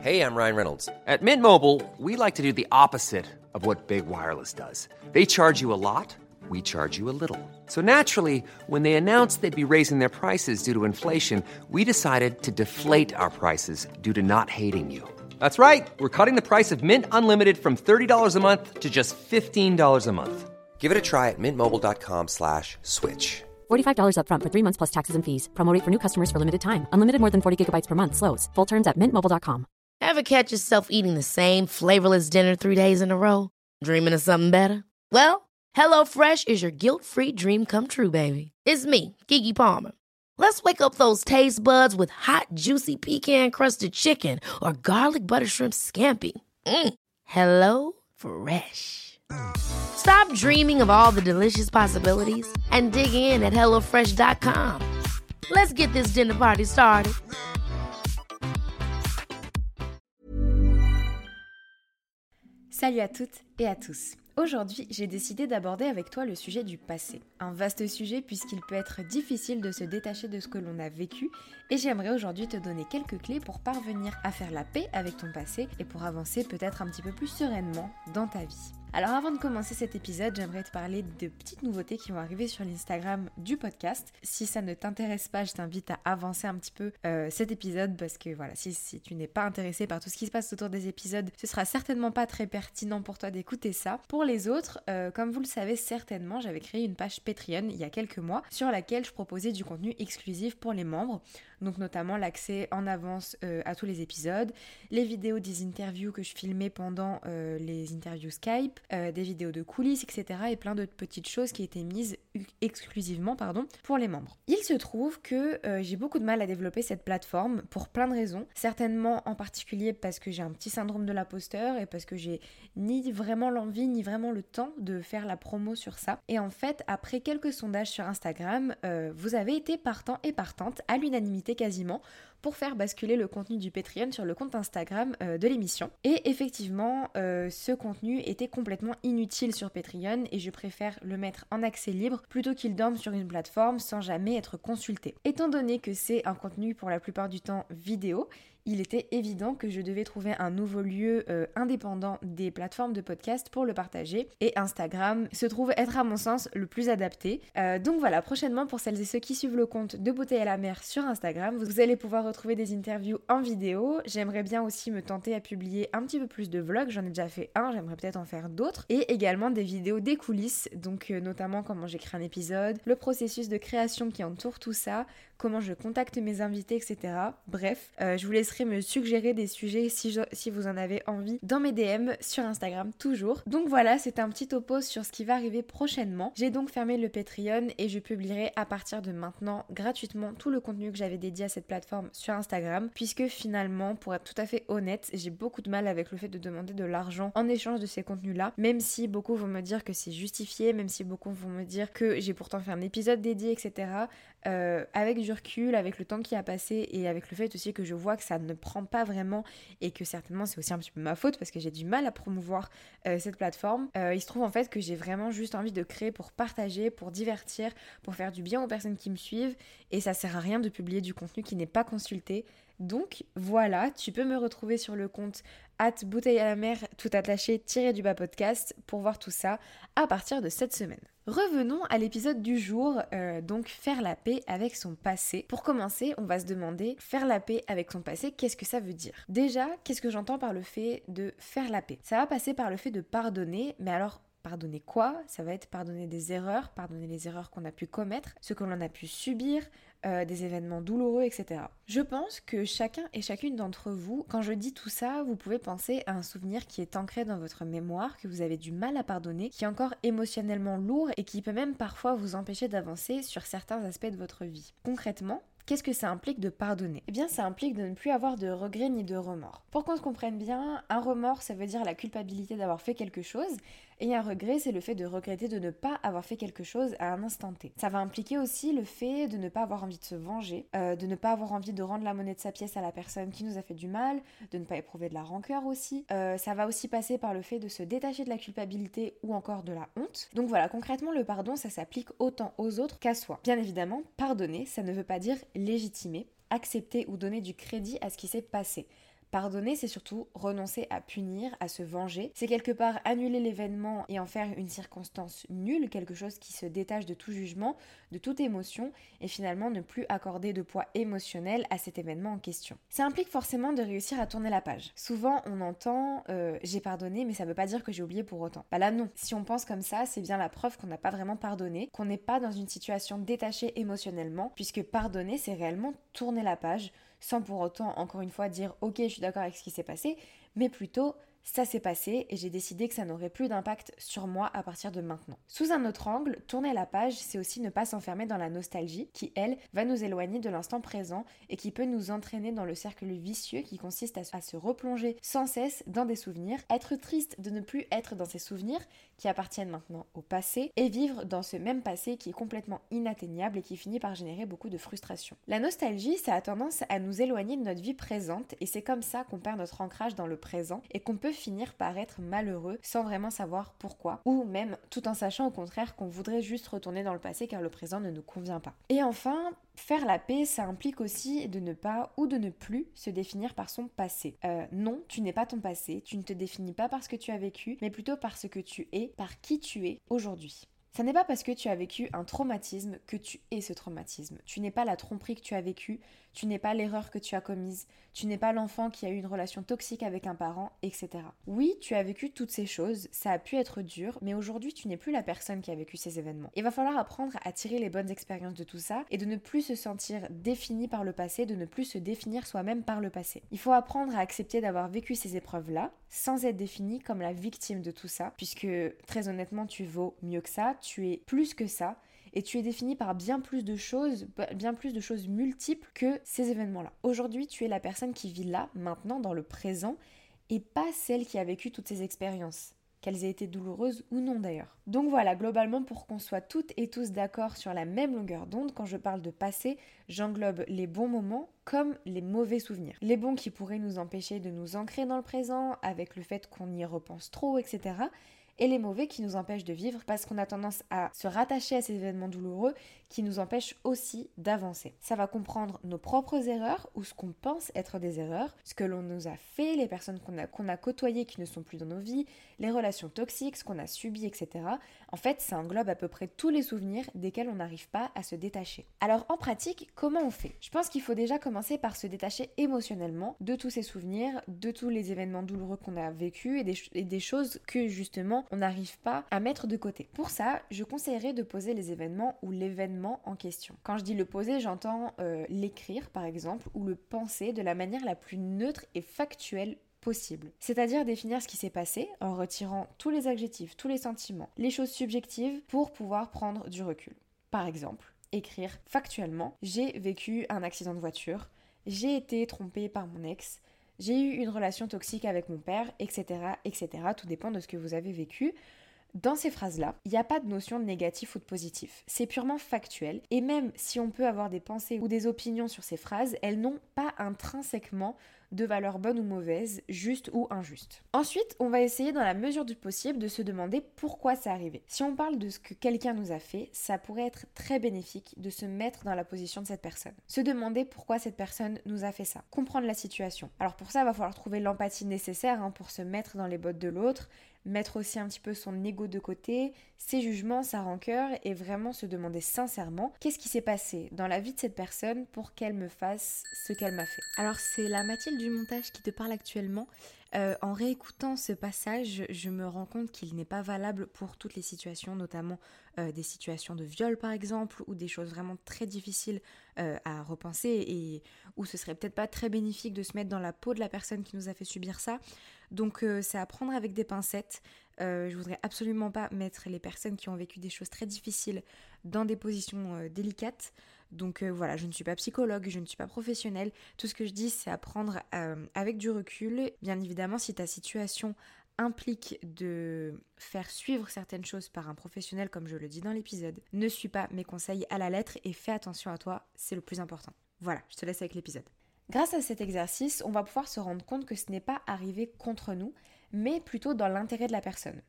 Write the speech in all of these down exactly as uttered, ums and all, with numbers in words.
Hey, I'm Ryan Reynolds. At Mint Mobile, we like to do the opposite of what Big Wireless does. They charge you a lot, we charge you a little. So naturally, when they announced they'd be raising their prices due to inflation, we decided to deflate our prices due to not hating you. That's right. We're cutting the price of Mint Unlimited from thirty dollars a month to just fifteen dollars a month. Give it a try at mintmobile.com slash switch. forty-five dollars up front for three months plus taxes and fees. Promo rate for new customers for limited time. Unlimited more than forty gigabytes per month slows. Full terms at mint mobile dot com. Ever catch yourself eating the same flavorless dinner three days in a row? Dreaming of something better? Well, HelloFresh is your guilt-free dream come true, baby. It's me, Keke Palmer. Let's wake up those taste buds with hot, juicy pecan-crusted chicken or garlic butter shrimp scampi. Mm. Hello Fresh. Stop dreaming of all the delicious possibilities and dig in at hello fresh dot com. Let's get this dinner party started. Salut à toutes et à tous. Aujourd'hui, j'ai décidé d'aborder avec toi le sujet du passé. Un vaste sujet puisqu'il peut être difficile de se détacher de ce que l'on a vécu et j'aimerais aujourd'hui te donner quelques clés pour parvenir à faire la paix avec ton passé et pour avancer peut-être un petit peu plus sereinement dans ta vie. Alors avant de commencer cet épisode, j'aimerais te parler de petites nouveautés qui vont arriver sur l'Instagram du podcast. Si ça ne t'intéresse pas, je t'invite à avancer un petit peu euh, cet épisode parce que voilà, si, si tu n'es pas intéressé par tout ce qui se passe autour des épisodes, ce sera certainement pas très pertinent pour toi d'écouter ça. Pour les autres, euh, comme vous le savez certainement, j'avais créé une page Patreon il y a quelques mois sur laquelle je proposais du contenu exclusif pour les membres. Donc notamment l'accès en avance euh, à tous les épisodes, les vidéos des interviews que je filmais pendant euh, les interviews Skype, euh, des vidéos de coulisses, et cetera. Et plein d'autres petites choses qui étaient mises exclusivement pardon, pour les membres. Il se trouve que euh, j'ai beaucoup de mal à développer cette plateforme pour plein de raisons. Certainement en particulier parce que j'ai un petit syndrome de l'imposteur et parce que j'ai ni vraiment l'envie ni vraiment le temps de faire la promo sur ça. Et en fait, après quelques sondages sur Instagram, euh, vous avez été partant et partante à l'unanimité quasiment pour faire basculer le contenu du Patreon sur le compte Instagram euh, de l'émission. Et effectivement, euh, ce contenu était complètement inutile sur Patreon et je préfère le mettre en accès libre plutôt qu'il dorme sur une plateforme sans jamais être consulté. Étant donné que c'est un contenu pour la plupart du temps vidéo, il était évident que je devais trouver un nouveau lieu euh, indépendant des plateformes de podcast pour le partager et Instagram se trouve être à mon sens le plus adapté. Euh, donc voilà, prochainement pour celles et ceux qui suivent le compte de Bouteille à la mer sur Instagram, vous allez pouvoir retrouver des interviews en vidéo. J'aimerais bien aussi me tenter à publier un petit peu plus de vlogs, j'en ai déjà fait un, j'aimerais peut-être en faire d'autres et également des vidéos des coulisses, donc euh, notamment comment j'écris un épisode, le processus de création qui entoure tout ça, comment je contacte mes invités, et cetera. Bref, euh, je vous laisserai me suggérer des sujets si, je, si vous en avez envie dans mes D M sur Instagram toujours. Donc voilà, c'est un petit topo sur ce qui va arriver prochainement. J'ai donc fermé le Patreon et je publierai à partir de maintenant gratuitement tout le contenu que j'avais dédié à cette plateforme sur Instagram puisque finalement, pour être tout à fait honnête, j'ai beaucoup de mal avec le fait de demander de l'argent en échange de ces contenus-là, même si beaucoup vont me dire que c'est justifié, même si beaucoup vont me dire que j'ai pourtant fait un épisode dédié, et cetera. Euh, avec du recul, avec le temps qui a passé et avec le fait aussi que je vois que ça ne prend pas vraiment et que certainement c'est aussi un petit peu ma faute parce que j'ai du mal à promouvoir euh, cette plateforme. Euh, il se trouve en fait que j'ai vraiment juste envie de créer pour partager, pour divertir, pour faire du bien aux personnes qui me suivent et ça sert à rien de publier du contenu qui n'est pas consulté. Donc voilà, tu peux me retrouver sur le compte at bouteille à la mer tout attaché tiré du bas podcast pour voir tout ça à partir de cette semaine. Revenons à l'épisode du jour, euh, donc faire la paix avec son passé. Pour commencer, on va se demander, faire la paix avec son passé, qu'est-ce que ça veut dire ? Déjà, qu'est-ce que j'entends par le fait de faire la paix ? Ça va passer par le fait de pardonner, mais alors pardonner quoi ? Ça va être pardonner des erreurs, pardonner les erreurs qu'on a pu commettre, ce que l'on a pu subir, euh, des événements douloureux, et cetera. Je pense que chacun et chacune d'entre vous, quand je dis tout ça, vous pouvez penser à un souvenir qui est ancré dans votre mémoire, que vous avez du mal à pardonner, qui est encore émotionnellement lourd et qui peut même parfois vous empêcher d'avancer sur certains aspects de votre vie. Concrètement, qu'est-ce que ça implique de pardonner ? Eh bien, ça implique de ne plus avoir de regrets ni de remords. Pour qu'on se comprenne bien, un remords, ça veut dire la culpabilité d'avoir fait quelque chose, et un regret, c'est le fait de regretter de ne pas avoir fait quelque chose à un instant T. Ça va impliquer aussi le fait de ne pas avoir envie de se venger, euh, de ne pas avoir envie de rendre la monnaie de sa pièce à la personne qui nous a fait du mal, de ne pas éprouver de la rancœur aussi. Euh, ça va aussi passer par le fait de se détacher de la culpabilité ou encore de la honte. Donc voilà, concrètement, le pardon, ça s'applique autant aux autres qu'à soi. Bien évidemment, pardonner, ça ne veut pas dire légitimer, accepter ou donner du crédit à ce qui s'est passé. Pardonner, c'est surtout renoncer à punir, à se venger. C'est quelque part annuler l'événement et en faire une circonstance nulle, quelque chose qui se détache de tout jugement, de toute émotion, et finalement ne plus accorder de poids émotionnel à cet événement en question. Ça implique forcément de réussir à tourner la page. Souvent, on entend euh, « j'ai pardonné, mais ça veut pas dire que j'ai oublié pour autant ». Bah là, non. Si on pense comme ça, c'est bien la preuve qu'on n'a pas vraiment pardonné, qu'on n'est pas dans une situation détachée émotionnellement, puisque pardonner, c'est réellement tourner la page, sans pour autant, encore une fois, dire « ok, je suis d'accord avec ce qui s'est passé », mais plutôt « ça s'est passé et j'ai décidé que ça n'aurait plus d'impact sur moi à partir de maintenant ». Sous un autre angle, tourner la page, c'est aussi ne pas s'enfermer dans la nostalgie, qui, elle, va nous éloigner de l'instant présent et qui peut nous entraîner dans le cercle vicieux qui consiste à, à se replonger sans cesse dans des souvenirs, être triste de ne plus être dans ces souvenirs qui appartiennent maintenant au passé et vivre dans ce même passé qui est complètement inatteignable et qui finit par générer beaucoup de frustration. La nostalgie, ça a tendance à nous éloigner de notre vie présente et c'est comme ça qu'on perd notre ancrage dans le présent et qu'on peut finir par être malheureux sans vraiment savoir pourquoi, ou même tout en sachant au contraire qu'on voudrait juste retourner dans le passé car le présent ne nous convient pas. Et enfin, faire la paix, ça implique aussi de ne pas ou de ne plus se définir par son passé. Euh, non, tu n'es pas ton passé, tu ne te définis pas par ce que tu as vécu, mais plutôt par ce que tu es, par qui tu es aujourd'hui. Ça n'est pas parce que tu as vécu un traumatisme que tu es ce traumatisme. Tu n'es pas la tromperie que tu as vécue, tu n'es pas l'erreur que tu as commise, tu n'es pas l'enfant qui a eu une relation toxique avec un parent, et cetera. Oui, tu as vécu toutes ces choses, ça a pu être dur, mais aujourd'hui tu n'es plus la personne qui a vécu ces événements. Il va falloir apprendre à tirer les bonnes expériences de tout ça et de ne plus se sentir défini par le passé, de ne plus se définir soi-même par le passé. Il faut apprendre à accepter d'avoir vécu ces épreuves-là, sans être défini comme la victime de tout ça, puisque très honnêtement tu vaux mieux que ça, tu es plus que ça, et tu es défini par bien plus de choses, bien plus de choses multiples que ces événements-là. Aujourd'hui, tu es la personne qui vit là, maintenant, dans le présent, et pas celle qui a vécu toutes ces expériences, qu'elles aient été douloureuses ou non d'ailleurs. Donc voilà, globalement, pour qu'on soit toutes et tous d'accord sur la même longueur d'onde, quand je parle de passé, j'englobe les bons moments comme les mauvais souvenirs. Les bons qui pourraient nous empêcher de nous ancrer dans le présent, avec le fait qu'on y repense trop, et cetera, et les mauvais qui nous empêchent de vivre parce qu'on a tendance à se rattacher à ces événements douloureux qui nous empêchent aussi d'avancer. Ça va comprendre nos propres erreurs ou ce qu'on pense être des erreurs, ce que l'on nous a fait, les personnes qu'on a, qu'on a côtoyées qui ne sont plus dans nos vies, les relations toxiques, ce qu'on a subi, et cetera. En fait, ça englobe à peu près tous les souvenirs desquels on n'arrive pas à se détacher. Alors en pratique, comment on fait ? Je pense qu'il faut déjà commencer par se détacher émotionnellement de tous ces souvenirs, de tous les événements douloureux qu'on a vécus et des, et des choses que justement on n'arrive pas à mettre de côté. Pour ça, je conseillerais de poser les événements ou l'événement en question. Quand je dis le poser, j'entends euh, l'écrire par exemple ou le penser de la manière la plus neutre et factuelle possible. C'est-à-dire définir ce qui s'est passé en retirant tous les adjectifs, tous les sentiments, les choses subjectives pour pouvoir prendre du recul. Par exemple, écrire factuellement « J'ai vécu un accident de voiture, j'ai été trompée par mon ex », j'ai eu une relation toxique avec mon père, et cetera, et cetera. Tout dépend de ce que vous avez vécu. Dans ces phrases-là, il n'y a pas de notion de négatif ou de positif. C'est purement factuel. Et même si on peut avoir des pensées ou des opinions sur ces phrases, elles n'ont pas intrinsèquement de valeur bonne ou mauvaise, juste ou injuste. Ensuite, on va essayer dans la mesure du possible de se demander pourquoi c'est arrivé. Si on parle de ce que quelqu'un nous a fait, ça pourrait être très bénéfique de se mettre dans la position de cette personne. Se demander pourquoi cette personne nous a fait ça. Comprendre la situation. Alors pour ça, il va falloir trouver l'empathie nécessaire hein, pour se mettre dans les bottes de l'autre, mettre aussi un petit peu son ego de côté, ses jugements, sa rancœur et vraiment se demander sincèrement qu'est-ce qui s'est passé dans la vie de cette personne pour qu'elle me fasse ce qu'elle m'a fait. Alors c'est la Mathilde du montage qui te parle actuellement. Euh, en réécoutant ce passage, je me rends compte qu'il n'est pas valable pour toutes les situations, notamment euh, des situations de viol par exemple, ou des choses vraiment très difficiles euh, à repenser et où ce serait peut-être pas très bénéfique de se mettre dans la peau de la personne qui nous a fait subir ça. Donc euh, c'est à prendre avec des pincettes. Euh, je voudrais absolument pas mettre les personnes qui ont vécu des choses très difficiles dans des positions euh, délicates. Donc euh, voilà, je ne suis pas psychologue, je ne suis pas professionnelle. Tout ce que je dis, c'est à prendre euh, avec du recul. Bien évidemment, si ta situation implique de faire suivre certaines choses par un professionnel, comme je le dis dans l'épisode, ne suis pas mes conseils à la lettre et fais attention à toi, c'est le plus important. Voilà, je te laisse avec l'épisode. Grâce à cet exercice, on va pouvoir se rendre compte que ce n'est pas arrivé contre nous, mais plutôt dans l'intérêt de la personne.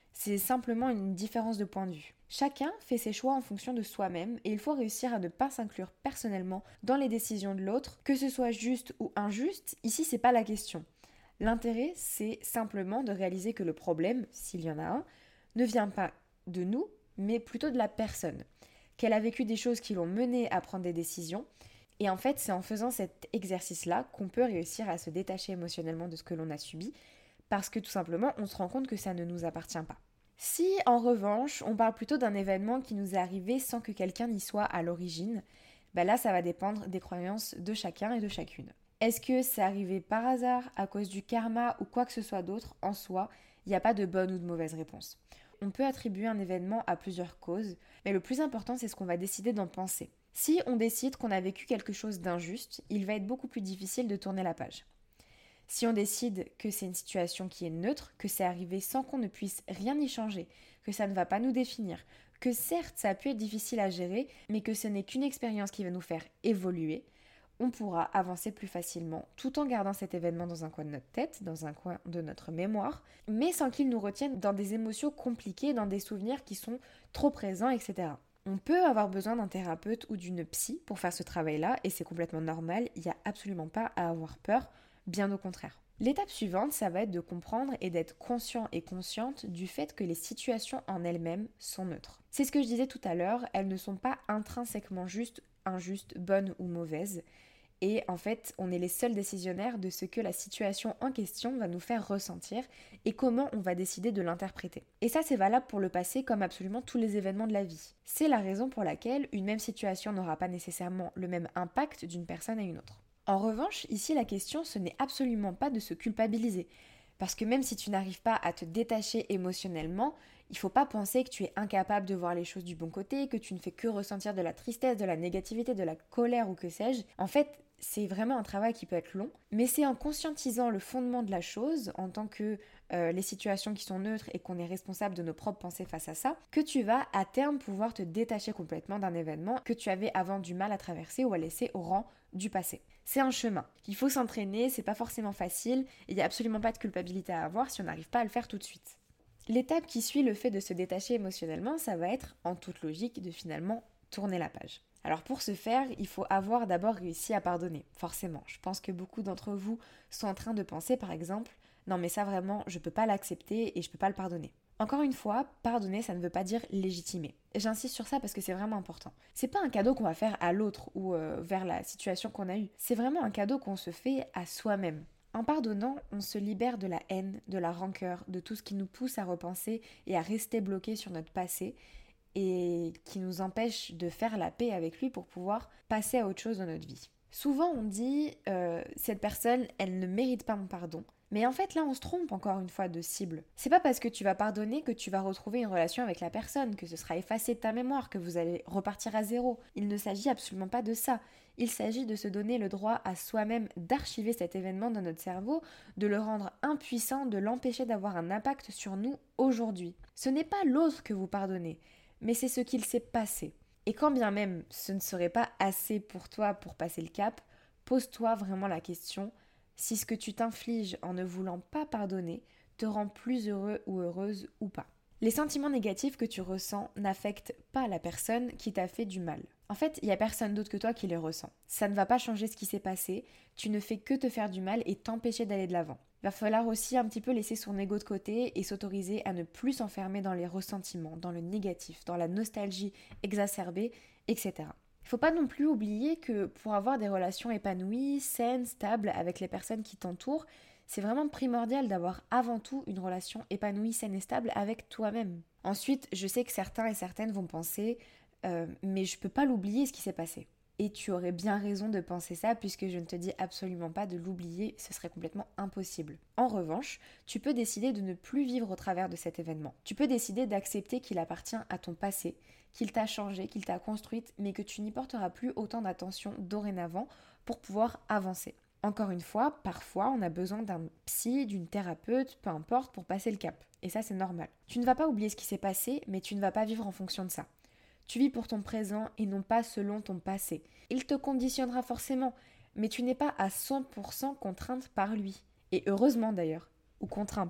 C'est simplement une différence de point de vue. Chacun fait ses choix en fonction de soi-même et il faut réussir à ne pas s'inclure personnellement dans les décisions de l'autre, que ce soit juste ou injuste, ici c'est pas la question. L'intérêt, c'est simplement de réaliser que le problème, s'il y en a un, ne vient pas de nous, mais plutôt de la personne. Qu'elle a vécu des choses qui l'ont menée à prendre des décisions. Et en fait, c'est en faisant cet exercice-là qu'on peut réussir à se détacher émotionnellement de ce que l'on a subi, parce que tout simplement, on se rend compte que ça ne nous appartient pas. Si, en revanche, on parle plutôt d'un événement qui nous est arrivé sans que quelqu'un n'y soit à l'origine, ben là, ça va dépendre des croyances de chacun et de chacune. Est-ce que c'est arrivé par hasard, à cause du karma ou quoi que ce soit d'autre? En soi, il n'y a pas de bonne ou de mauvaise réponse. On peut attribuer un événement à plusieurs causes, mais le plus important, c'est ce qu'on va décider d'en penser. Si on décide qu'on a vécu quelque chose d'injuste, il va être beaucoup plus difficile de tourner la page. Si on décide que c'est une situation qui est neutre, que c'est arrivé sans qu'on ne puisse rien y changer, que ça ne va pas nous définir, que certes ça a pu être difficile à gérer, mais que ce n'est qu'une expérience qui va nous faire évoluer, on pourra avancer plus facilement tout en gardant cet événement dans un coin de notre tête, dans un coin de notre mémoire, mais sans qu'il nous retienne dans des émotions compliquées, dans des souvenirs qui sont trop présents, et cetera. On peut avoir besoin d'un thérapeute ou d'une psy pour faire ce travail-là, et c'est complètement normal, il n'y a absolument pas à avoir peur, bien au contraire. L'étape suivante, ça va être de comprendre et d'être conscient et consciente du fait que les situations en elles-mêmes sont neutres. C'est ce que je disais tout à l'heure, elles ne sont pas intrinsèquement justes, injustes, bonnes ou mauvaises. Et en fait, on est les seuls décisionnaires de ce que la situation en question va nous faire ressentir et comment on va décider de l'interpréter. Et ça, c'est valable pour le passé comme absolument tous les événements de la vie. C'est la raison pour laquelle une même situation n'aura pas nécessairement le même impact d'une personne à une autre. En revanche, ici, la question, ce n'est absolument pas de se culpabiliser. Parce que même si tu n'arrives pas à te détacher émotionnellement, il ne faut pas penser que tu es incapable de voir les choses du bon côté, que tu ne fais que ressentir de la tristesse, de la négativité, de la colère ou que sais-je. En fait, c'est vraiment un travail qui peut être long, mais c'est en conscientisant le fondement de la chose, en tant que euh, les situations qui sont neutres et qu'on est responsable de nos propres pensées face à ça, que tu vas à terme pouvoir te détacher complètement d'un événement que tu avais avant du mal à traverser ou à laisser au rang du passé. C'est un chemin. Il faut s'entraîner, c'est pas forcément facile, et il n'y a absolument pas de culpabilité à avoir si on n'arrive pas à le faire tout de suite. L'étape qui suit le fait de se détacher émotionnellement, ça va être, en toute logique, de finalement tourner la page. Alors pour ce faire, il faut avoir d'abord réussi à pardonner, forcément. Je pense que beaucoup d'entre vous sont en train de penser par exemple « Non mais ça vraiment, je peux pas l'accepter et je peux pas le pardonner ». Encore une fois, pardonner, ça ne veut pas dire légitimer. J'insiste sur ça parce que c'est vraiment important. C'est pas un cadeau qu'on va faire à l'autre ou euh, vers la situation qu'on a eue. C'est vraiment un cadeau qu'on se fait à soi-même. En pardonnant, on se libère de la haine, de la rancœur, de tout ce qui nous pousse à repenser et à rester bloqué sur notre passé et qui nous empêche de faire la paix avec lui pour pouvoir passer à autre chose dans notre vie. Souvent on dit euh, cette personne, elle ne mérite pas mon pardon. Mais en fait là on se trompe encore une fois de cible. C'est pas parce que tu vas pardonner que tu vas retrouver une relation avec la personne, que ce sera effacé de ta mémoire, que vous allez repartir à zéro. Il ne s'agit absolument pas de ça. Il s'agit de se donner le droit à soi-même d'archiver cet événement dans notre cerveau, de le rendre impuissant, de l'empêcher d'avoir un impact sur nous aujourd'hui. Ce n'est pas l'autre que vous pardonnez, mais c'est ce qu'il s'est passé. Et quand bien même ce ne serait pas assez pour toi pour passer le cap, pose-toi vraiment la question si ce que tu t'infliges en ne voulant pas pardonner te rend plus heureux ou heureuse ou pas. Les sentiments négatifs que tu ressens n'affectent pas la personne qui t'a fait du mal. En fait, il n'y a personne d'autre que toi qui les ressent. Ça ne va pas changer ce qui s'est passé, tu ne fais que te faire du mal et t'empêcher d'aller de l'avant. Il va falloir aussi un petit peu laisser son ego de côté et s'autoriser à ne plus s'enfermer dans les ressentiments, dans le négatif, dans la nostalgie exacerbée, et cetera. Il ne faut pas non plus oublier que pour avoir des relations épanouies, saines, stables avec les personnes qui t'entourent, c'est vraiment primordial d'avoir avant tout une relation épanouie, saine et stable avec toi-même. Ensuite, je sais que certains et certaines vont penser euh, « mais je peux pas l'oublier ce qui s'est passé ». Et tu aurais bien raison de penser ça puisque je ne te dis absolument pas de l'oublier, ce serait complètement impossible. En revanche, tu peux décider de ne plus vivre au travers de cet événement. Tu peux décider d'accepter qu'il appartient à ton passé, qu'il t'a changé, qu'il t'a construite, mais que tu n'y porteras plus autant d'attention dorénavant pour pouvoir avancer. Encore une fois, parfois on a besoin d'un psy, d'une thérapeute, peu importe, pour passer le cap. Et ça c'est normal. Tu ne vas pas oublier ce qui s'est passé, mais tu ne vas pas vivre en fonction de ça. Tu vis pour ton présent et non pas selon ton passé. Il te conditionnera forcément, mais tu n'es pas à cent pour cent contrainte par lui. Et heureusement d'ailleurs. Ou contraint, pardon.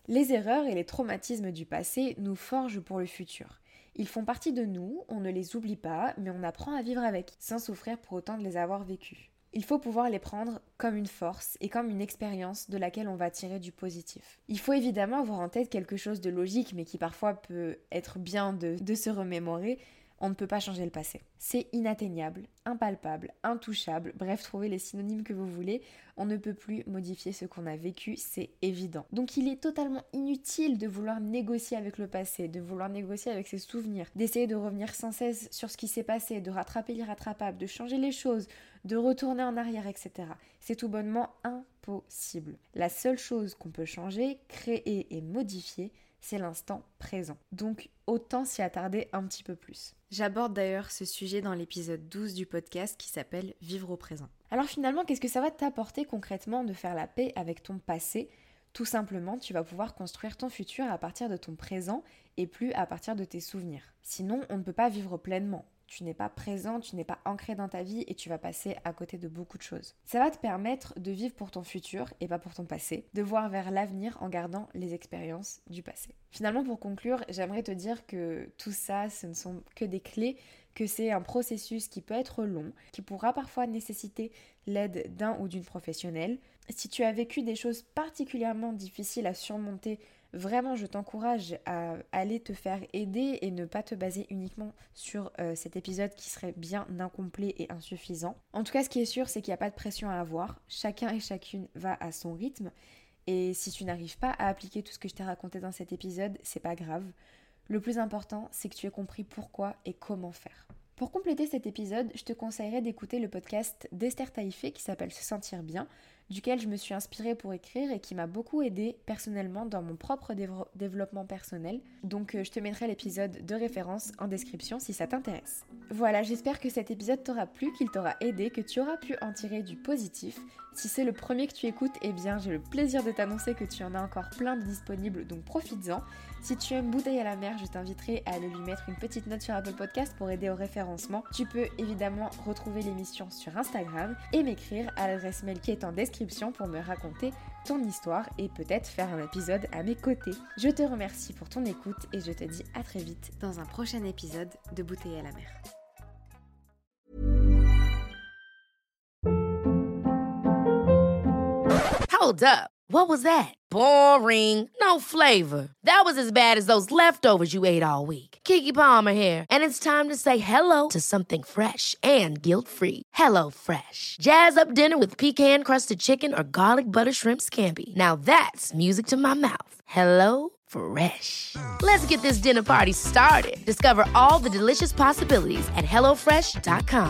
Les erreurs et les traumatismes du passé nous forgent pour le futur. Ils font partie de nous, on ne les oublie pas, mais on apprend à vivre avec, sans souffrir pour autant de les avoir vécus. Il faut pouvoir les prendre comme une force et comme une expérience de laquelle on va tirer du positif. Il faut évidemment avoir en tête quelque chose de logique, mais qui parfois peut être bien de, de se remémorer. On ne peut pas changer le passé. C'est inatteignable, impalpable, intouchable, bref, trouvez les synonymes que vous voulez. On ne peut plus modifier ce qu'on a vécu, c'est évident. Donc il est totalement inutile de vouloir négocier avec le passé, de vouloir négocier avec ses souvenirs, d'essayer de revenir sans cesse sur ce qui s'est passé, de rattraper l'irrattrapable, de changer les choses, de retourner en arrière, et cetera. C'est tout bonnement impossible. La seule chose qu'on peut changer, créer et modifier, c'est l'instant présent. Donc autant s'y attarder un petit peu plus. J'aborde d'ailleurs ce sujet dans l'épisode douze du podcast qui s'appelle « Vivre au présent ». Alors finalement, qu'est-ce que ça va t'apporter concrètement de faire la paix avec ton passé ? Tout simplement, tu vas pouvoir construire ton futur à partir de ton présent et plus à partir de tes souvenirs. Sinon, on ne peut pas vivre pleinement. Tu n'es pas présent, tu n'es pas ancré dans ta vie et tu vas passer à côté de beaucoup de choses. Ça va te permettre de vivre pour ton futur et pas pour ton passé, de voir vers l'avenir en gardant les expériences du passé. Finalement, pour conclure, j'aimerais te dire que tout ça, ce ne sont que des clés, que c'est un processus qui peut être long, qui pourra parfois nécessiter l'aide d'un ou d'une professionnelle. Si tu as vécu des choses particulièrement difficiles à surmonter, vraiment, je t'encourage à aller te faire aider et ne pas te baser uniquement sur euh, cet épisode qui serait bien incomplet et insuffisant. En tout cas, ce qui est sûr, c'est qu'il n'y a pas de pression à avoir. Chacun et chacune va à son rythme. Et si tu n'arrives pas à appliquer tout ce que je t'ai raconté dans cet épisode, c'est pas grave. Le plus important, c'est que tu aies compris pourquoi et comment faire. Pour compléter cet épisode, je te conseillerais d'écouter le podcast d'Esther Taïfé qui s'appelle « Se sentir bien », duquel je me suis inspirée pour écrire et qui m'a beaucoup aidée personnellement dans mon propre dév- développement personnel. Donc euh, je te mettrai l'épisode de référence en description si ça t'intéresse. Voilà, j'espère que cet épisode t'aura plu, qu'il t'aura aidé, que tu auras pu en tirer du positif. Si c'est le premier que tu écoutes, eh bien j'ai le plaisir de t'annoncer que tu en as encore plein de disponibles, donc profites-en. Si tu aimes Bouteille à la mer, je t'inviterai à aller lui mettre une petite note sur Apple Podcast pour aider au référencement. Tu peux évidemment retrouver l'émission sur Instagram et m'écrire à l'adresse mail qui est en description pour me raconter ton histoire et peut-être faire un épisode à mes côtés. Je te remercie pour ton écoute et je te dis à très vite dans un prochain épisode de Bouteille à la mer. Hold up. What was that? Boring. No flavor. That was as bad as those leftovers you ate all week. Keke Palmer here, and it's time to say hello to something fresh and guilt-free. Hello Fresh. Jazz up dinner with pecan-crusted chicken or garlic butter shrimp scampi. Now that's music to my mouth. Hello Fresh. Let's get this dinner party started. Discover all the delicious possibilities at hello fresh dot com.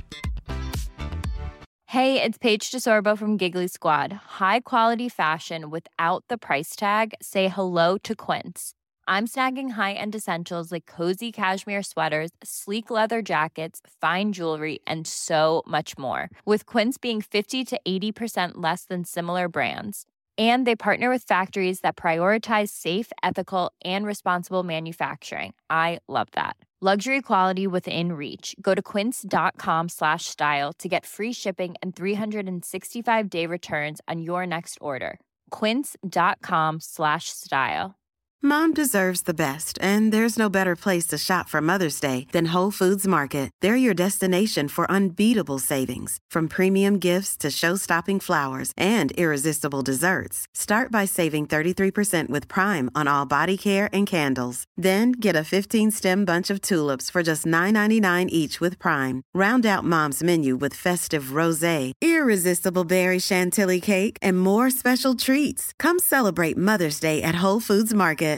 Hey, it's Paige DeSorbo from Giggly Squad. High quality fashion without the price tag. Say hello to Quince. I'm snagging high-end essentials like cozy cashmere sweaters, sleek leather jackets, fine jewelry, and so much more. With Quince being fifty to eighty percent less than similar brands. And they partner with factories that prioritize safe, ethical, and responsible manufacturing. I love that. Luxury quality within reach. Go to quince.com slash style to get free shipping and three sixty-five day returns on your next order. Quince.com slash style. Mom deserves the best, and there's no better place to shop for Mother's Day than Whole Foods Market. They're your destination for unbeatable savings, from premium gifts to show-stopping flowers and irresistible desserts. Start by saving thirty-three percent with Prime on all body care and candles. Then get a fifteen-stem bunch of tulips for just nine ninety-nine each with Prime. Round out Mom's menu with festive rosé, irresistible berry chantilly cake, and more special treats. Come celebrate Mother's Day at Whole Foods Market.